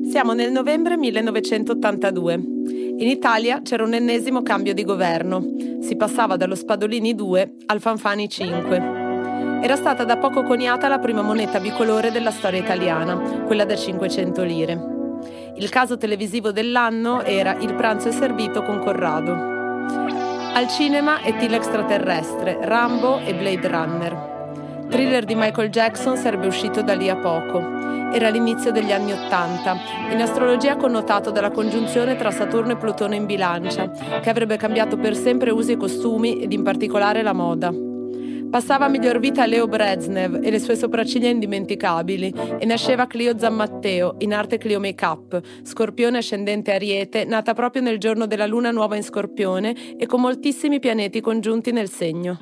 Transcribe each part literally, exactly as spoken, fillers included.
Siamo nel novembre millenovecentottantadue. In Italia c'era un ennesimo cambio di governo. Si passava dallo Spadolini due al Fanfani cinque. Era stata da poco coniata la prima moneta bicolore della storia italiana, quella da cinquecento lire. Il caso televisivo dell'anno era Il pranzo è servito con Corrado. Al cinema E T l'extraterrestre, Rambo e Blade Runner. Thriller di Michael Jackson sarebbe uscito da lì a poco. Era l'inizio degli anni Ottanta, in astrologia connotato dalla congiunzione tra Saturno e Plutone in bilancia, che avrebbe cambiato per sempre usi e costumi ed in particolare la moda. Passava a miglior vita Leo Brezhnev e le sue sopracciglia indimenticabili, e nasceva Clio Zammatteo, in arte Clio Makeup, Scorpione ascendente Ariete, nata proprio nel giorno della luna nuova in Scorpione e con moltissimi pianeti congiunti nel segno.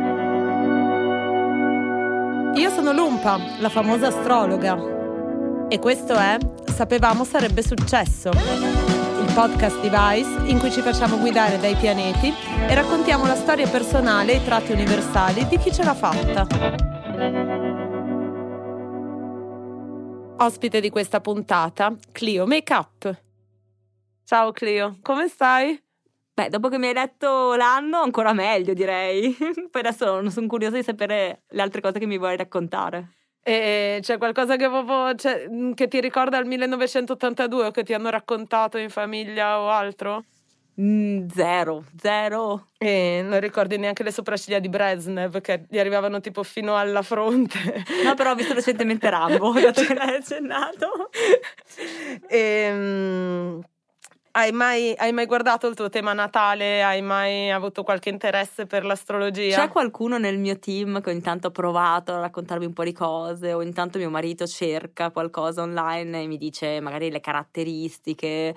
Io sono Lumpa, la famosa astrologa. E questo è Sapevamo sarebbe successo, il podcast di Vice in cui ci facciamo guidare dai pianeti e raccontiamo la storia personale e i tratti universali di chi ce l'ha fatta. Ospite di questa puntata, Clio Makeup. Ciao Clio, come stai? Beh, dopo che mi hai detto l'anno, ancora meglio, direi. Poi adesso sono curiosa di sapere le altre cose che mi vuoi raccontare. E c'è qualcosa che, proprio, c'è, che ti ricorda il millenovecentottantadue o che ti hanno raccontato in famiglia o altro? Mm, zero, zero. E non ricordi neanche le sopracciglia di Brezhnev che gli arrivavano tipo fino alla fronte? No, però ho visto recentemente Rambo, dato che l'hai accennato. E... Um... Hai mai, hai mai guardato il tuo tema natale? Hai mai avuto qualche interesse per l'astrologia? C'è qualcuno nel mio team che ogni tanto ha provato a raccontarmi un po' di cose, o intanto mio marito cerca qualcosa online e mi dice magari le caratteristiche,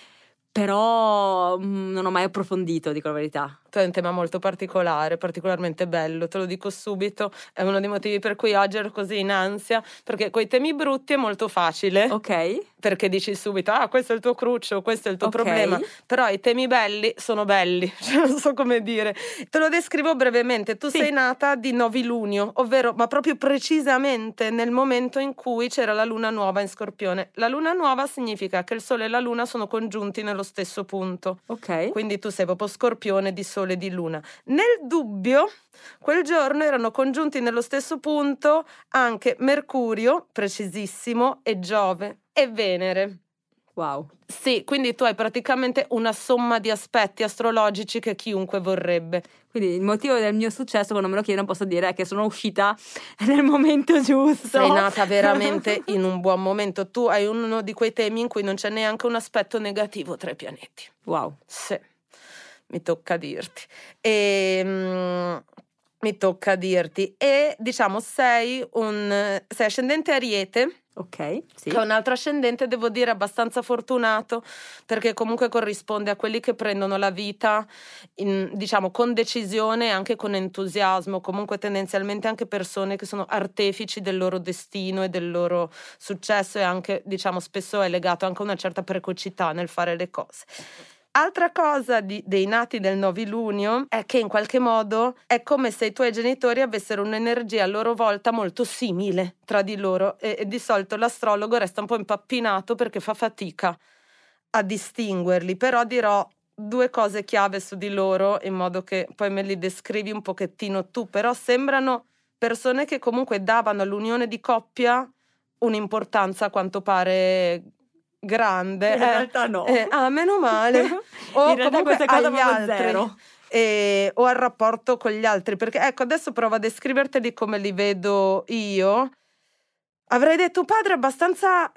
però mh, non ho mai approfondito, dico la verità. È un tema molto particolare, particolarmente bello, te lo dico subito, è uno dei motivi per cui oggi ero così in ansia, perché coi temi brutti è molto facile, ok, perché dici subito, ah questo è il tuo cruccio, questo è il tuo okay. problema, però i temi belli sono belli, cioè non so come dire, te lo descrivo brevemente, tu sì. Sei nata di novilunio, ovvero, ma proprio precisamente nel momento in cui c'era la luna nuova in Scorpione. La luna nuova significa che il Sole e la Luna sono congiunti nello stesso punto, ok, quindi tu sei proprio Scorpione di Sole e di Luna. Nel dubbio, quel giorno erano congiunti nello stesso punto anche Mercurio, precisissimo, e Giove e Venere. Wow. Sì, quindi tu hai praticamente una somma di aspetti astrologici che chiunque vorrebbe. Quindi il motivo del mio successo, quando me lo chiedono, posso dire è che sono uscita nel momento giusto. Sei nata veramente in un buon momento. Tu hai uno di quei temi in cui non c'è neanche un aspetto negativo tra i pianeti. Wow. Sì. Mi tocca dirti e um, mi tocca dirti e diciamo sei un sei ascendente Ariete, ok, sì. Che è un altro ascendente, devo dire abbastanza fortunato, perché comunque corrisponde a quelli che prendono la vita in, diciamo con decisione e anche con entusiasmo, comunque tendenzialmente anche persone che sono artefici del loro destino e del loro successo, e anche diciamo spesso è legato anche a una certa precocità nel fare le cose. Altra cosa di, dei nati del novilunio è che in qualche modo è come se i tuoi genitori avessero un'energia a loro volta molto simile tra di loro, e, e di solito l'astrologo resta un po' impappinato perché fa fatica a distinguerli, però dirò due cose chiave su di loro in modo che poi me li descrivi un pochettino tu, però sembrano persone che comunque davano all'unione di coppia un'importanza a quanto pare grande. In realtà no. Eh, ah, meno male. O in realtà questa cosa agli altri, zero. Eh, o al rapporto con gli altri, perché ecco adesso provo a descriverteli come li vedo io. Avrei detto un padre abbastanza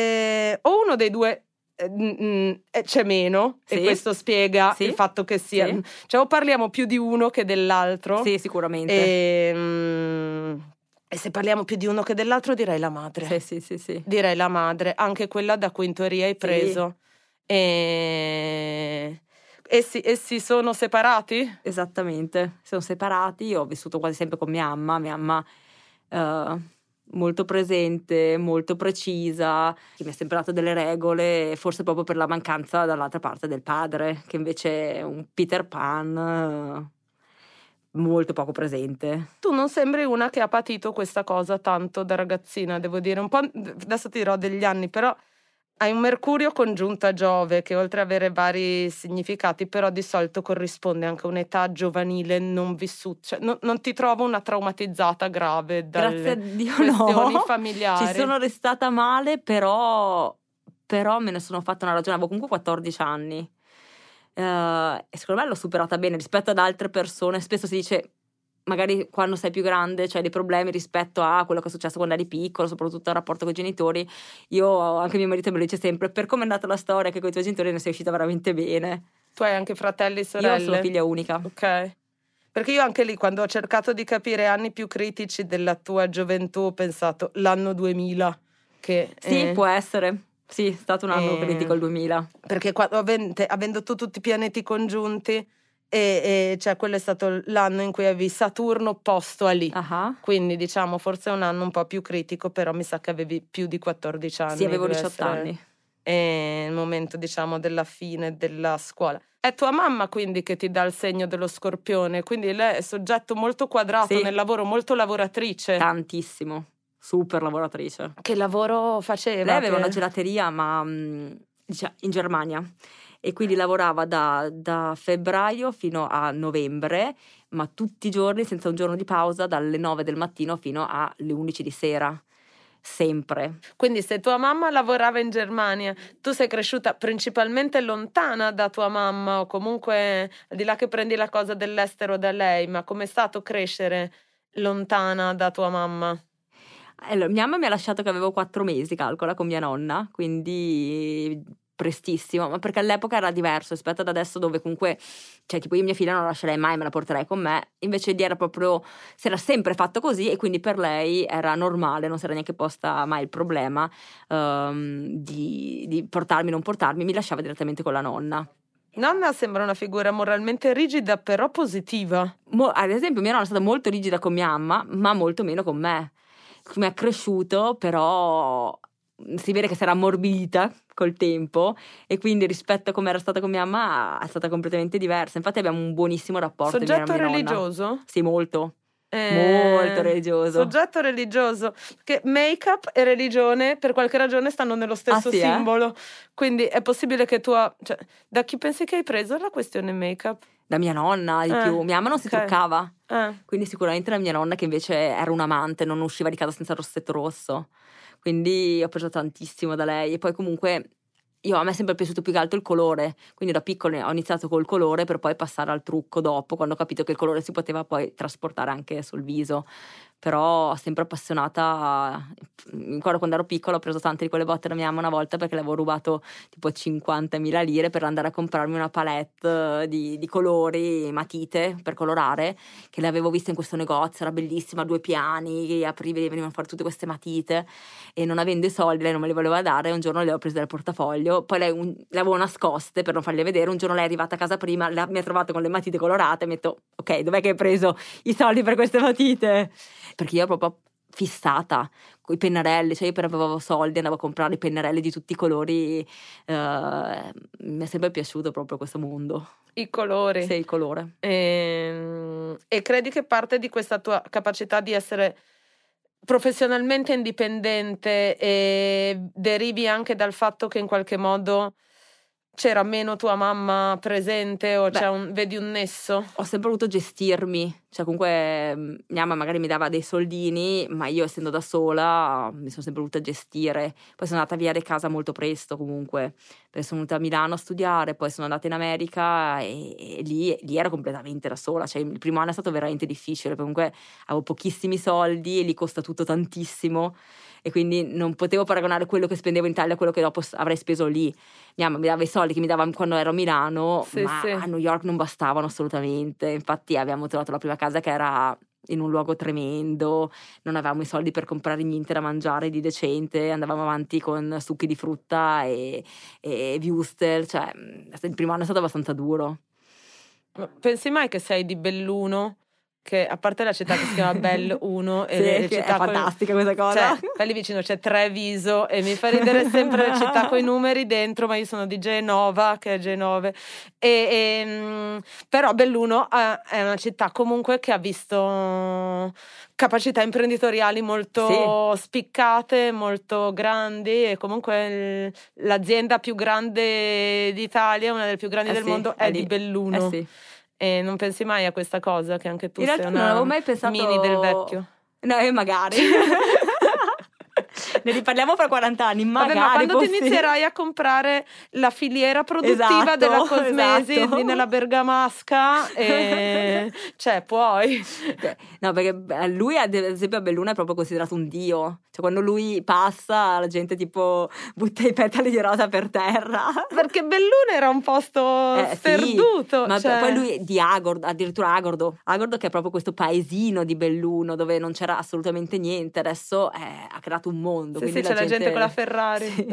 eh, o uno dei due eh, mh, eh, c'è meno, sì. E questo spiega sì. Il fatto che sia sì. Cioè o parliamo più di uno che dell'altro. Sì, sicuramente. E, mh, E se parliamo più di uno che dell'altro, direi la madre. Sì, sì, sì, sì. Direi la madre, anche quella da cui in teoria hai preso. Sì. E... E, si, e si sono separati? Esattamente, sono separati. Io ho vissuto quasi sempre con mia mamma, mia mamma uh, molto presente, molto precisa, che mi ha sempre dato delle regole, forse proprio per la mancanza dall'altra parte del padre, che invece è un Peter Pan... Uh, molto poco presente. Tu non sembri una che ha patito questa cosa tanto da ragazzina, devo dire, un po', adesso ti dirò degli anni, però Hai un Mercurio congiunto a Giove che oltre ad avere vari significati però di solito corrisponde anche a un'età giovanile non vissuta, cioè no, non ti trovo una traumatizzata grave dalle Grazie a Dio questioni no. familiari. Ci sono restata male, però, però me ne sono fatta una ragione. Avevo comunque quattordici anni uh, e secondo me l'ho superata bene rispetto ad altre persone. Spesso si dice magari quando sei più grande c'hai dei problemi rispetto a quello che è successo quando eri piccolo, soprattutto il rapporto con i genitori. Io, anche mio marito me lo dice sempre, per come è andata la storia che con i tuoi genitori ne sei uscita veramente bene. Tu hai anche fratelli e sorelle? Io sono figlia unica. Ok. Perché io anche lì, quando ho cercato di capire anni più critici della tua gioventù, ho pensato l'anno duemila. Che, sì, eh, può essere. Sì, è stato un anno eh, critico il duemila. Perché quando, avendo, avendo tu tutti i pianeti congiunti, e, e cioè quello è stato l'anno in cui avevi Saturno opposto a lì. Uh-huh. Quindi diciamo forse è un anno un po' più critico, però mi sa che avevi più di quattordici anni. Sì, avevo deve diciotto essere, anni. è il momento diciamo della fine della scuola. È tua mamma quindi che ti dà il segno dello Scorpione, quindi lei è soggetto molto quadrato, sì. nel lavoro, molto lavoratrice. Tantissimo, super lavoratrice. Che lavoro faceva? Lei aveva che... una gelateria ma diciamo, in Germania, e quindi lavorava da, da febbraio fino a novembre, ma tutti i giorni senza un giorno di pausa, dalle nove del mattino fino alle undici di sera. Sempre. Quindi se tua mamma lavorava in Germania, tu sei cresciuta principalmente lontana da tua mamma, o comunque al di là che prendi la cosa dell'estero da lei, ma com'è stato crescere lontana da tua mamma? Allora, mia mamma mi ha lasciato che avevo quattro mesi, calcola, con mia nonna, quindi prestissimo, ma perché all'epoca era diverso rispetto ad adesso, dove comunque, cioè tipo io mia figlia non la lascerei mai, me la porterei con me. Invece lì era proprio, si era sempre fatto così, e quindi per lei era normale, non si era neanche posta mai il problema um, di, di portarmi o non portarmi, mi lasciava direttamente con la nonna. Nonna sembra una figura moralmente rigida, però positiva. Mo, ad esempio mia nonna è stata molto rigida con mia mamma, ma molto meno con me. Mi ha cresciuto, però si vede che si era ammorbidita col tempo, e quindi rispetto a come era stata con mia mamma è stata completamente diversa. Infatti abbiamo un buonissimo rapporto. Soggetto mia, mia religioso? Nonna. Sì, molto. Eh, molto religioso. Soggetto religioso. Che make-up e religione per qualche ragione stanno nello stesso ah, sì, simbolo. Eh? Quindi è possibile che tu ha, cioè, da chi pensi che hai preso la questione make-up? Da mia nonna di eh, più. Mia mamma non si okay. truccava. Eh. Quindi sicuramente la mia nonna, che invece era un amante, non usciva di casa senza il rossetto rosso. Quindi ho preso tantissimo da lei. E poi comunque io, a me è sempre piaciuto più che altro il colore, quindi da piccola ho iniziato col colore per poi passare al trucco dopo, quando ho capito che il colore si poteva poi trasportare anche sul viso. Però sempre appassionata. Mi ricordo quando ero piccola ho preso tante di quelle botte da mia mamma una volta, perché le avevo rubato tipo cinquantamila lire per andare a comprarmi una palette di, di colori, matite per colorare, che le avevo viste in questo negozio, era bellissima, due piani, aprivi e venivano fuori tutte queste matite, e non avendo i soldi lei non me le voleva dare. Un giorno le ho prese dal portafoglio, poi lei un, le avevo nascoste per non farle vedere. Un giorno lei è arrivata a casa prima, la, mi ha trovato con le matite colorate e mi ha detto: ok, dov'è che hai preso i soldi per queste matite? Perché io ero proprio fissata con i pennarelli, cioè io per avevo soldi andavo a comprare i pennarelli di tutti i colori. Uh, mi è sempre piaciuto proprio questo mondo. I colori. Sì, il colore. E, e credi che parte di questa tua capacità di essere professionalmente indipendente e derivi anche dal fatto che in qualche modo c'era meno tua mamma presente, o Beh, c'è un, vedi un nesso? Ho sempre voluto gestirmi, cioè comunque mia mamma magari mi dava dei soldini, ma io essendo da sola mi sono sempre voluta gestire. Poi sono andata via di casa molto presto comunque, perché sono venuta a Milano a studiare, poi sono andata in America e, e lì, lì ero completamente da sola. Cioè il primo anno è stato veramente difficile, comunque avevo pochissimi soldi e lì costa tutto tantissimo, e quindi non potevo paragonare quello che spendevo in Italia a quello che dopo avrei speso lì. Mia mamma mi dava i soldi che mi dava quando ero a Milano, sì, ma sì. a New York non bastavano assolutamente. Infatti abbiamo trovato la prima casa che era in un luogo tremendo, non avevamo i soldi per comprare niente da mangiare di decente, andavamo avanti con succhi di frutta e, e wurstel, cioè il primo anno è stato abbastanza duro. Pensi mai che sei di Belluno, che a parte la città che si chiama Bell uno e sì, le, le che città è fantastica questa cosa. Cioè, poi lì vicino c'è Treviso e mi fa ridere sempre le città con i numeri dentro, ma io sono di Genova, che è Genove, e, e, però Belluno è una città comunque che ha visto capacità imprenditoriali molto sì. spiccate, molto grandi, e comunque l'azienda più grande d'Italia, una delle più grandi eh del sì, mondo, è, è di lì. Belluno. Eh sì. E non pensi mai a questa cosa, che anche tu in sei realtà una non avevo mai pensato mini del vecchio? No, eh, magari ne riparliamo fra quaranta anni, magari. Vabbè, ma quando fossi... ti inizierai a comprare la filiera produttiva esatto, della cosmesi esatto. lì nella Bergamasca, e... cioè puoi. No, perché lui ad esempio a Belluno è proprio considerato un dio, cioè quando lui passa la gente tipo butta i petali di rosa per terra, perché Belluno era un posto eh, sperduto, sì. Ma cioè... poi lui di Agordo, addirittura Agordo Agordo che è proprio questo paesino di Belluno dove non c'era assolutamente niente, adesso eh, ha creato un mondo. Sì, sì, la c'è gente... la gente con la Ferrari. Sì.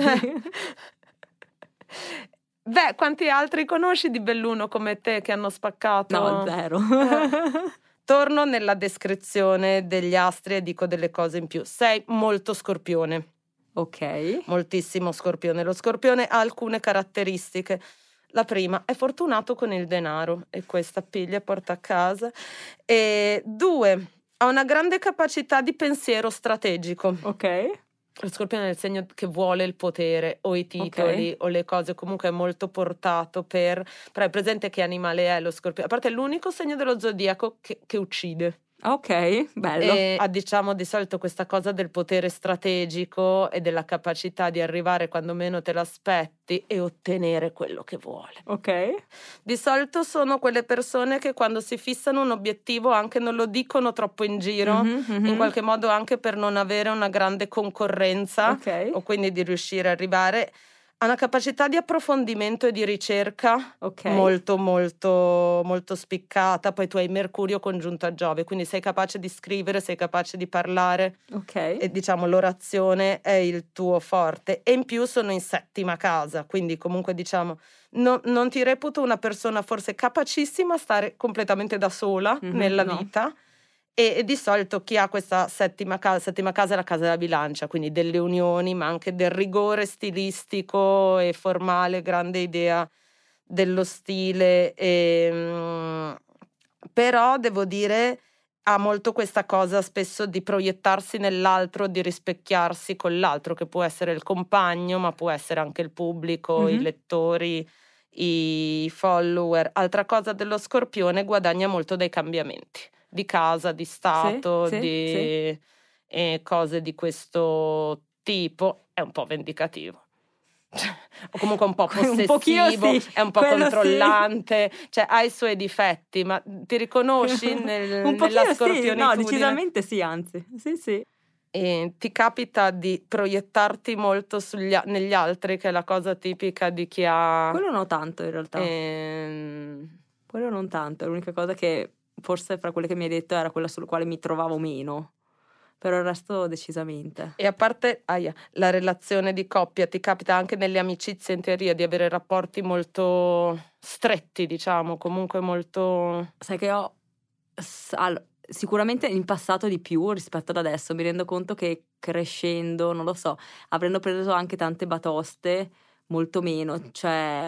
Beh, quanti altri conosci di Belluno come te che hanno spaccato? No, zero. Eh. Torno nella descrizione degli astri e dico delle cose in più. Sei molto Scorpione. Ok. Moltissimo Scorpione. Lo Scorpione ha alcune caratteristiche. La prima, è fortunato con il denaro, e questa piglia e porta a casa. E due, ha una grande capacità di pensiero strategico. Ok. Lo Scorpione è il segno che vuole il potere o i titoli, okay, o le cose, comunque è molto portato per... però è presente che animale è lo Scorpione? A parte è l'unico segno dello zodiaco che, che uccide. Ok, bello. E ha, diciamo, di solito questa cosa del potere strategico e della capacità di arrivare quando meno te l'aspetti e ottenere quello che vuole. Ok. Di solito sono quelle persone che quando si fissano un obiettivo anche non lo dicono troppo in giro, mm-hmm, mm-hmm. in qualche modo anche per non avere una grande concorrenza, okay, o quindi di riuscire a arrivare... Ha una capacità di approfondimento e di ricerca, okay, molto molto molto spiccata. Poi tu hai Mercurio congiunto a Giove, quindi sei capace di scrivere, sei capace di parlare, okay, e diciamo l'orazione è il tuo forte. E in più sono in settima casa, quindi comunque diciamo no, non ti reputo una persona forse capacissima a stare completamente da sola, mm-hmm, nella no. vita. E, e di solito chi ha questa settima casa, settima casa è la casa della bilancia, quindi delle unioni, ma anche del rigore stilistico e formale, grande idea dello stile. E, mh, però devo dire ha molto questa cosa spesso di proiettarsi nell'altro, di rispecchiarsi con l'altro, che può essere il compagno, ma può essere anche il pubblico, mm-hmm, i lettori, i follower. Altra cosa dello Scorpione, guadagna molto dai cambiamenti di casa, di stato, sì, di sì, eh, cose di questo tipo. È un po' vendicativo. O comunque un po' possessivo, un sì, è un po' controllante, sì, cioè ha i suoi difetti, ma ti riconosci nel, un nella scorpionitudine? Sì, no, decisamente sì, anzi, sì, sì. E ti capita di proiettarti molto sugli, negli altri, che è la cosa tipica di chi ha... Quello non tanto in realtà. Ehm... Quello non tanto, è l'unica cosa che forse fra quelle che mi hai detto era quella sulla quale mi trovavo meno. Però il resto decisamente. E a parte aia, la relazione di coppia, ti capita anche nelle amicizie in teoria di avere rapporti molto stretti, diciamo, comunque molto... Sai che ho all- sicuramente in passato di più rispetto ad adesso, mi rendo conto che crescendo, non lo so, avendo preso anche tante batoste, molto meno, cioè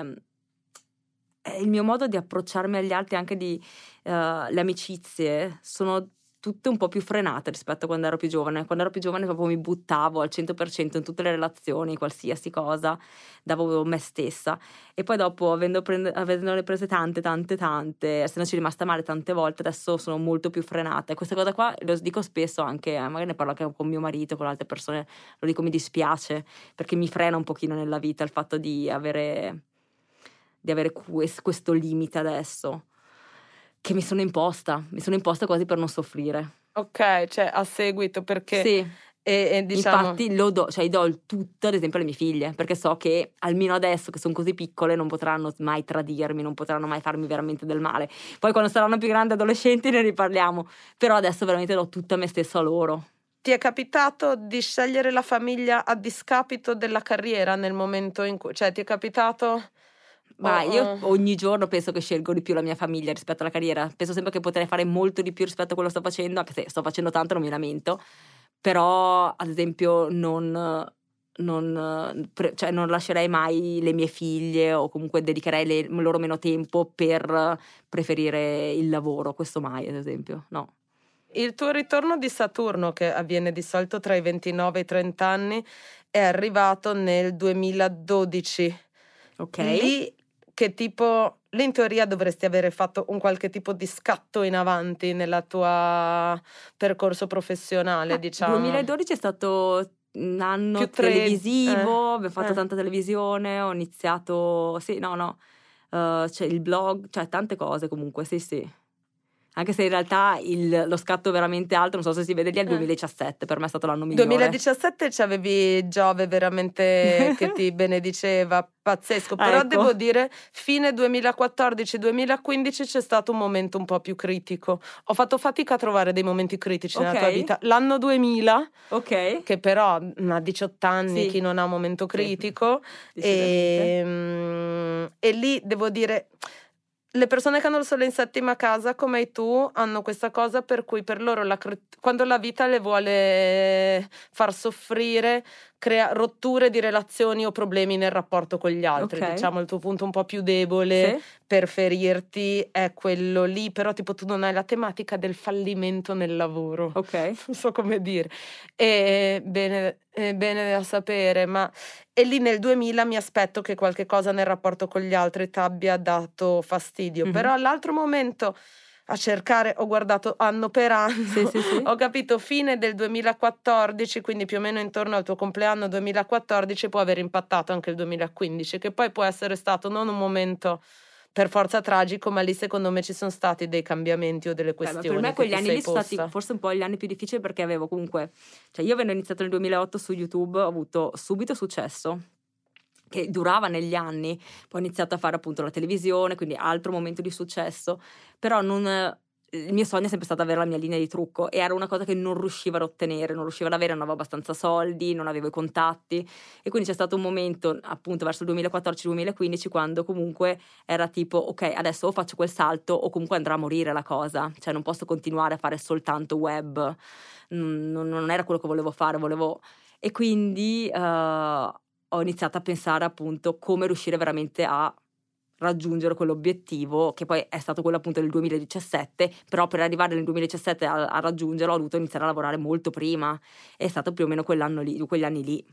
il mio modo di approcciarmi agli altri, anche di uh, le amicizie, sono tutte un po' più frenate rispetto a quando ero più giovane. Quando ero più giovane proprio mi buttavo al cento per cento in tutte le relazioni, qualsiasi cosa, davo me stessa. E poi dopo, avendo prende, avendone prese tante, tante, tante, essendoci rimasta male tante volte, adesso sono molto più frenata. E questa cosa qua lo dico spesso anche, magari ne parlo anche con mio marito, con altre persone, lo dico, mi dispiace, perché mi frena un pochino nella vita il fatto di avere, di avere questo limite adesso. Che mi sono imposta, mi sono imposta quasi per non soffrire. Ok, cioè a seguito, perché... Sì, e, e diciamo... infatti lo do, cioè do il tutto ad esempio alle mie figlie, perché so che almeno adesso che sono così piccole non potranno mai tradirmi, non potranno mai farmi veramente del male. Poi quando saranno più grandi, adolescenti, ne riparliamo, però adesso veramente do tutta me stessa a loro. Ti è capitato di scegliere la famiglia a discapito della carriera nel momento in cui... cioè ti è capitato... Ma oh, io oh. ogni giorno penso che scelgo di più la mia famiglia rispetto alla carriera. Penso sempre che potrei fare molto di più rispetto a quello che sto facendo, anche se sto facendo tanto, non mi lamento. Però, ad esempio, non, non, pre- cioè non lascerei mai le mie figlie o comunque dedicherei le- loro meno tempo per preferire il lavoro. Questo mai, ad esempio, no. Il tuo ritorno di Saturno, che avviene di solito tra i ventinove e i trenta anni, è arrivato nel duemiladodici. Ok. Lì che tipo, lì in teoria dovresti avere fatto un qualche tipo di scatto in avanti nella tua percorso professionale, Ah, diciamo. duemiladodici è stato un anno Più tre- televisivo, eh, abbiamo fatto eh. tanta televisione, ho iniziato, sì, no, no, uh, c'è il blog, cioè tante cose comunque, sì, sì. Anche se in realtà il, lo scatto veramente alto, non so se si vede lì, è il Eh. duemiladiciassette, per me è stato l'anno migliore. duemiladiciassette c'avevi Giove veramente che ti benediceva, pazzesco, però Ecco. devo dire fine duemilaquattordici duemilaquindici c'è stato un momento un po' più critico. Ho fatto fatica a trovare dei momenti critici nella Ok. tua vita. L'anno duemila, Ok. che però a diciotto anni Sì. chi non ha un momento Sì, critico, decisamente. e, mm, e lì devo dire le persone che hanno il sole in settima casa come tu hanno questa cosa per cui per loro la, quando la vita le vuole far soffrire crea rotture di relazioni o problemi nel rapporto con gli altri. Ok. Diciamo il tuo punto un po' più debole Sì. per ferirti è quello lì, però tipo tu non hai la tematica del fallimento nel lavoro. Ok. Non so come dire. E bene, è bene da sapere, ma e lì nel duemila mi aspetto che qualche cosa nel rapporto con gli altri ti abbia dato fastidio, Mhm. però all'altro momento a cercare, ho guardato anno per anno, Sì, sì, sì. ho capito fine del duemilaquattordici, quindi più o meno intorno al tuo compleanno duemilaquattordici può aver impattato anche il duemilaquindici, che poi può essere stato non un momento per forza tragico, ma lì secondo me ci sono stati dei cambiamenti o delle questioni. Beh, per me che quegli ti anni sei lì sono stati posta. forse un po' gli anni più difficili perché avevo comunque, cioè io avendo iniziato nel duemilaotto su YouTube ho avuto subito successo che durava negli anni, poi ho iniziato a fare appunto la televisione, quindi altro momento di successo, però non, il mio sogno è sempre stato avere la mia linea di trucco e era una cosa che non riuscivo ad ottenere, non riuscivo ad avere, non avevo abbastanza soldi, non avevo i contatti e quindi c'è stato un momento appunto verso il duemilaquattordici duemilaquindici quando comunque era tipo ok, adesso o faccio quel salto o comunque andrà a morire la cosa, cioè non posso continuare a fare soltanto web, non, non era quello che volevo fare, volevo e quindi uh, ho iniziato a pensare appunto come riuscire veramente a raggiungere quell'obiettivo che poi è stato quello appunto del duemiladiciassette, però per arrivare nel duemiladiciassette a, a raggiungerlo ho dovuto iniziare a lavorare molto prima, è stato più o meno quell'anno lì, quegli anni lì.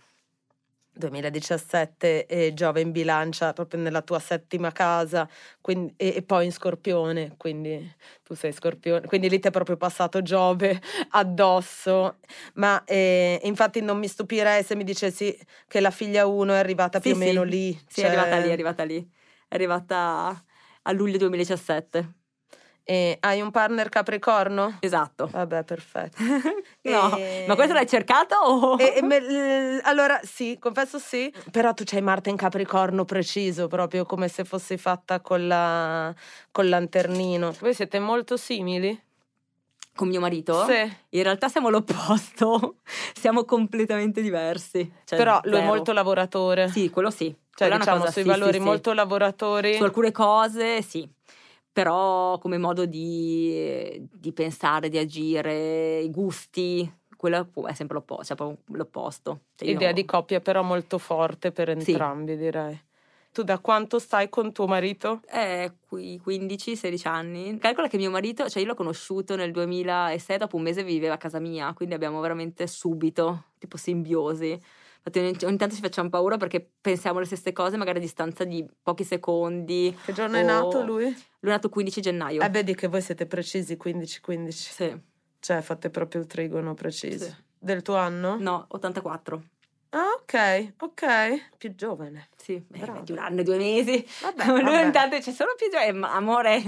duemiladiciassette e Giove in bilancia proprio nella tua settima casa, quindi, e, e poi in Scorpione, quindi tu sei Scorpione, quindi lì ti è proprio passato Giove addosso, ma eh, infatti non mi stupirei se mi dicessi che la figlia uno è arrivata Sì, più o sì, meno lì. sì, cioè... è arrivata lì, è arrivata lì, è arrivata a luglio duemiladiciassette. E hai un partner Capricorno? Esatto. Vabbè, perfetto. No, e... ma questo l'hai cercato o? E, e me, l, allora sì, confesso sì, però tu c'hai Marte in Capricorno preciso, proprio come se fossi fatta con la col lanternino. Voi siete molto simili? Con mio marito? Sì. In realtà siamo l'opposto, siamo completamente diversi. Cioè, però lui zero. è molto lavoratore. Sì, quello sì. Cioè Quella è diciamo una cosa, sui sì, valori sì, molto sì. lavoratori. Su alcune cose sì, però come modo di, di pensare, di agire, i gusti, quello è sempre l'opposto. Cioè proprio l'opposto. Cioè io... Idea di coppia però molto forte per entrambi, sì. Direi. Tu da quanto stai con tuo marito? Eh, qui quindici sedici anni. Calcola che mio marito, cioè io l'ho conosciuto nel duemilasei, dopo un mese viveva a casa mia, quindi abbiamo veramente subito, tipo simbiosi. Infatti ogni tanto ci facciamo paura perché pensiamo le stesse cose, magari a distanza di pochi secondi. Che giorno o... è nato lui? Lui è nato quindici gennaio. Eh, vedi che voi siete precisi, quindici quindici. Sì. Cioè fate proprio il trigono preciso. Sì. Del tuo anno? No, ottantaquattro. Ah, ok, ok. Più giovane. Sì, beh, di un anno e due mesi. Vabbè, Lui vabbè. intanto c'è solo più giovane, ma amore.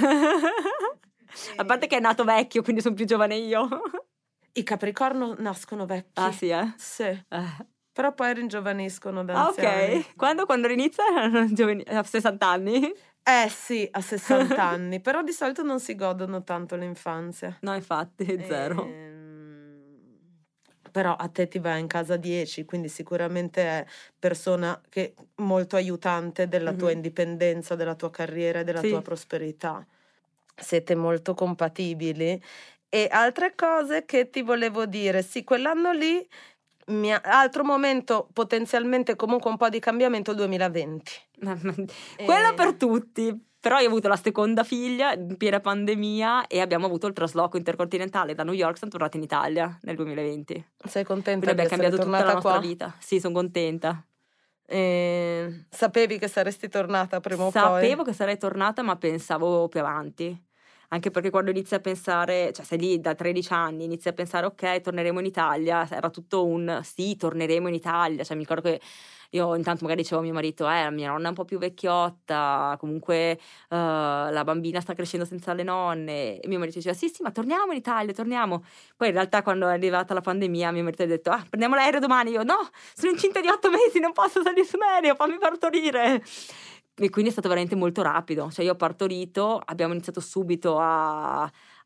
A parte che è nato vecchio, quindi sono più giovane io. I Capricorno nascono vecchi. Ah, sì, eh? Sì. Eh. Però poi ringiovaniscono da Ah, anziani. ok. Quando, quando inizia? A sessanta anni? Eh sì, a sessanta anni. Però di solito non si godono tanto l'infanzia. No, infatti, è zero. Ehm... però a te ti va in casa dieci, quindi sicuramente è persona che molto aiutante della tua Mhm. indipendenza, della tua carriera e della Sì. tua prosperità. Siete molto compatibili. E altre cose che ti volevo dire, sì, quell'anno lì, mi ha- altro momento potenzialmente comunque un po' di cambiamento, il duemilaventi. Quello E- per tutti. Però io ho avuto la seconda figlia in piena pandemia e abbiamo avuto il trasloco intercontinentale da New York, siamo tornati in Italia nel duemilaventi. Sei contenta Quindi di abbiamo essere cambiato tutta la tornata nostra qua? vita. Sì, sono contenta. E sapevi che saresti tornata prima o poi? Sapevo che sarei tornata, ma pensavo più avanti. Anche perché quando inizi a pensare, cioè sei lì da tredici anni, inizi a pensare ok, torneremo in Italia, era tutto un sì, torneremo in Italia. Cioè mi ricordo che io intanto magari dicevo a mio marito, eh, mia nonna è un po' più vecchiotta, comunque eh, la bambina sta crescendo senza le nonne. E mio marito diceva sì, sì, ma torniamo in Italia, torniamo. Poi in realtà quando è arrivata la pandemia mio marito ha detto, ah, prendiamo l'aereo domani. Io no, sono incinta di otto mesi, non posso salire su un aereo, fammi partorire. E quindi è stato veramente molto rapido, cioè io ho partorito, abbiamo iniziato subito a,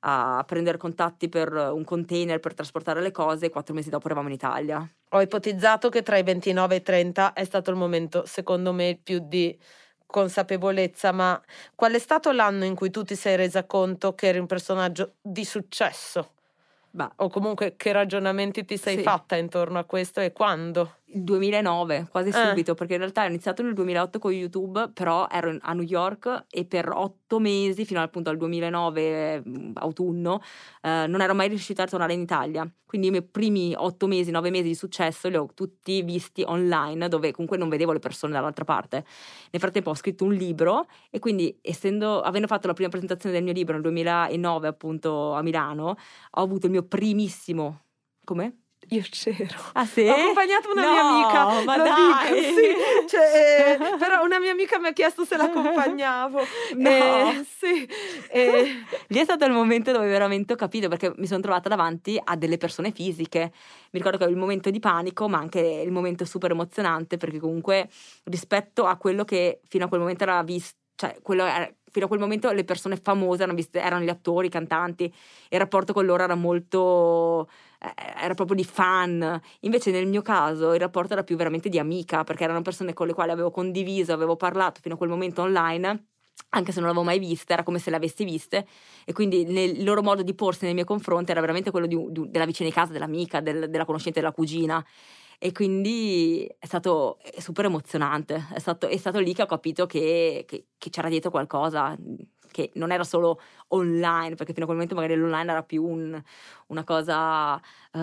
a prendere contatti per un container per trasportare le cose e quattro mesi dopo eravamo in Italia. Ho ipotizzato che tra i ventinove e i trenta è stato il momento, secondo me, più di consapevolezza, ma qual è stato l'anno in cui tu ti sei resa conto che eri un personaggio di successo? Bah, O comunque che ragionamenti ti sei sì. fatta intorno a questo e quando? Il duemilanove, quasi Eh. subito, perché in realtà ho iniziato nel duemilaotto con YouTube, però ero in- a New York e per otto mesi, fino appunto al duemilanove, mm, autunno, eh, non ero mai riuscita a tornare in Italia. Quindi i miei primi otto mesi, nove mesi di successo li ho tutti visti online, dove comunque non vedevo le persone dall'altra parte. Nel frattempo ho scritto un libro e quindi, essendo, avendo fatto la prima presentazione del mio libro nel duemilanove appunto a Milano, ho avuto il mio primissimo... Come? Io c'ero. Ah sì? Ho accompagnato una No, mia amica, ma lo dai! dico, sì. Cioè, eh, però una mia amica mi ha chiesto se l'accompagnavo. No. Eh, sì. Eh, Lì è stato il momento dove veramente ho capito, perché mi sono trovata davanti a delle persone fisiche. Mi ricordo che avevo il momento di panico, ma anche il momento super emozionante, perché comunque rispetto a quello che fino a quel momento era visto, cioè quello era, fino a quel momento le persone famose erano, viste, erano gli attori, i cantanti, il rapporto con loro era molto, eh, era proprio di fan. Invece nel mio caso il rapporto era più veramente di amica, perché erano persone con le quali avevo condiviso, avevo parlato fino a quel momento online, anche se non l'avevo mai vista, era come se le avessi viste, e quindi nel, il loro modo di porsi nei miei confronti era veramente quello di, di, della vicina di casa, dell'amica, del, della conoscente, della cugina. E quindi è stato super emozionante, è stato, è stato lì che ho capito che, che, che c'era dietro qualcosa, che non era solo online, perché fino a quel momento magari l'online era più un, una cosa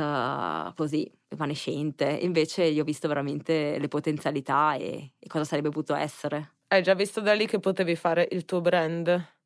uh, così evanescente, invece io ho visto veramente le potenzialità e, e cosa sarebbe potuto essere. hai già visto da lì che potevi fare il tuo brand?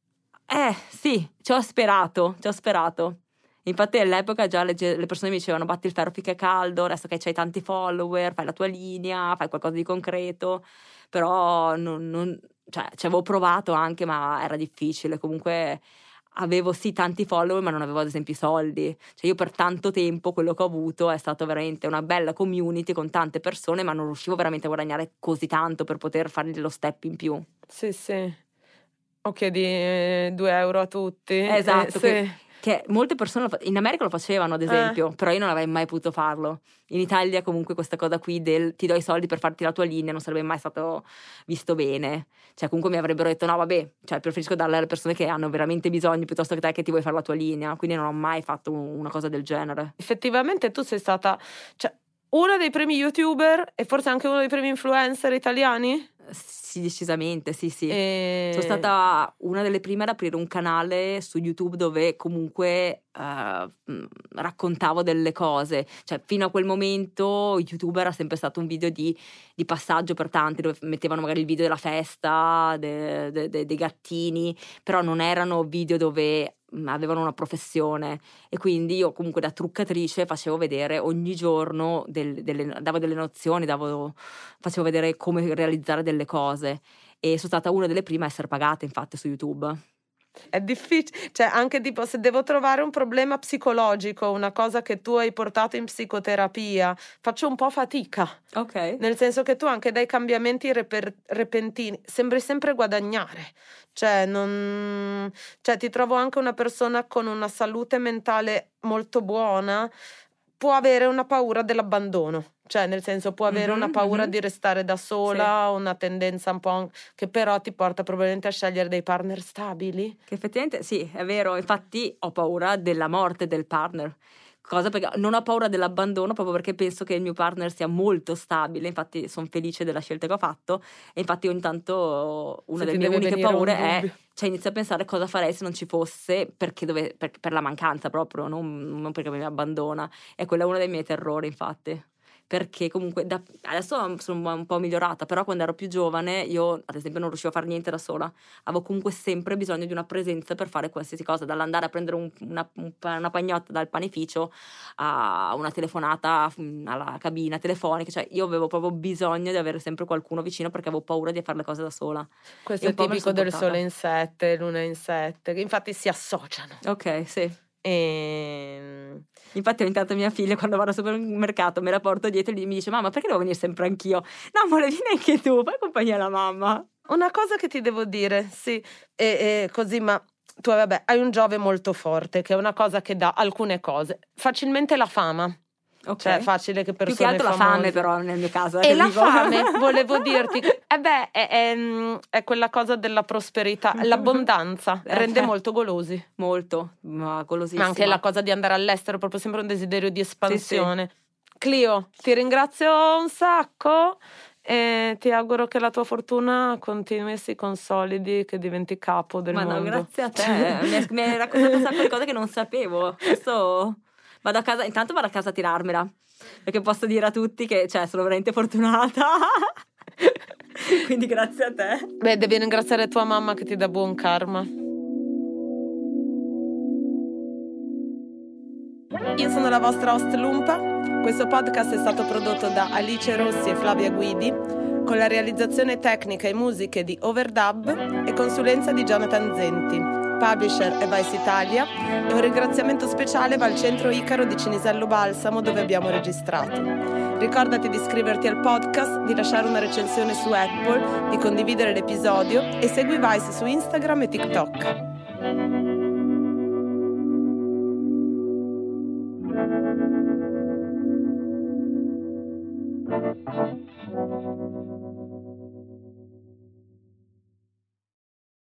Eh sì, ci ho sperato, ci ho sperato. Infatti all'epoca già le, le persone mi dicevano batti il ferro finché è caldo, adesso che hai tanti follower, fai la tua linea, fai qualcosa di concreto, però non, non, cioè, ci avevo provato anche, ma era difficile. Comunque avevo sì tanti follower, ma non avevo ad esempio i soldi. Cioè io per tanto tempo quello che ho avuto è stato veramente una bella community con tante persone, ma non riuscivo veramente a guadagnare così tanto per poter fare lo step in più. Sì, sì. O chiedi eh, due euro a tutti. Esatto, eh, che, sì. che molte persone lo fa- in America lo facevano ad esempio, Eh. però io non avrei mai potuto farlo. In Italia comunque questa cosa qui del ti do i soldi per farti la tua linea non sarebbe mai stato visto bene. Cioè comunque mi avrebbero detto no vabbè, cioè preferisco darle alle persone che hanno veramente bisogno piuttosto che te che ti vuoi fare la tua linea, quindi non ho mai fatto una cosa del genere. Effettivamente tu sei stata, cioè, uno dei primi YouTuber e forse anche uno dei primi influencer italiani? Sì, decisamente, sì, sì. E... Sono stata una delle prime ad aprire un canale su YouTube dove comunque uh, raccontavo delle cose. Cioè, fino a quel momento YouTube era sempre stato un video di, di passaggio per tanti, dove mettevano magari il video della festa, de, de, de, dei gattini, però non erano video dove avevano una professione, e quindi io comunque da truccatrice facevo vedere ogni giorno del, delle, davo delle nozioni, davo, facevo vedere come realizzare delle cose, e sono stata una delle prime a essere pagate infatti su YouTube. È difficile, cioè anche tipo se devo trovare un problema psicologico, una cosa che tu hai portato in psicoterapia, faccio un po' fatica. Ok. Nel senso che tu anche dai cambiamenti reper- repentini sembri sempre guadagnare. Cioè, non... cioè ti trovo anche una persona con una salute mentale molto buona, può avere una paura dell'abbandono, cioè nel senso può avere mm-hmm, una paura mm-hmm. di restare da sola, sì. una tendenza un po' che però ti porta probabilmente a scegliere dei partner stabili. Che effettivamente sì, è vero, infatti ho paura della morte del partner. Cosa perché non ho paura dell'abbandono proprio perché penso che il mio partner sia molto stabile, infatti sono felice della scelta che ho fatto e infatti ogni tanto una se delle mie uniche paure è, cioè inizio a pensare cosa farei se non ci fosse perché dove, per, per la mancanza proprio, non, non perché mi abbandona, e quello è uno dei miei terrori infatti. Perché comunque da, adesso sono un po' migliorata, però quando ero più giovane io ad esempio non riuscivo a fare niente da sola, avevo comunque sempre bisogno di una presenza per fare qualsiasi cosa, dall'andare a prendere un, una, una pagnotta dal panificio a una telefonata alla cabina telefonica, cioè io avevo proprio bisogno di avere sempre qualcuno vicino perché avevo paura di fare le cose da sola. Questo è tipico del sole in sette, luna in sette, che infatti si associano. Ok, sì. E... infatti ogni tanto mia figlia quando vado al supermercato me la porto dietro e mi dice mamma perché devo venire sempre anch'io? No amore vieni anche tu, fai compagnia alla mamma. Una cosa che ti devo dire, sì, e, e così ma tu vabbè hai un Giove molto forte che è una cosa che dà alcune cose, facilmente la fama. Okay. Cioè è facile che persone più che altro famose... la fame però nel mio caso e la dico. fame volevo dirti eh beh è, è, è quella cosa della prosperità, l'abbondanza rende molto golosi, molto ma golosissima, ma anche la cosa di andare all'estero, proprio sempre un desiderio di espansione. Sì, sì. Clio, ti ringrazio un sacco e ti auguro che la tua fortuna continui e si consolidi, che diventi capo del ma mondo. No, grazie a te mi hai, mi hai raccontato un sacco di cose che non sapevo. Adesso vado a casa, intanto vado a casa a tirarmela, perché posso dire a tutti che cioè sono veramente fortunata. Quindi grazie a te. Beh, devi ringraziare tua mamma che ti dà buon karma. Io sono la vostra host Lumpa. Questo podcast è stato prodotto da Alice Rossi e Flavia Guidi, con la realizzazione tecnica e musiche di Overdub e consulenza di Jonathan Zenti. Publisher è Vice Italia e un ringraziamento speciale va al centro Icaro di Cinisello Balsamo dove abbiamo registrato. Ricordati di iscriverti al podcast, di lasciare una recensione su Apple, di condividere l'episodio e segui Vice su Instagram e TikTok.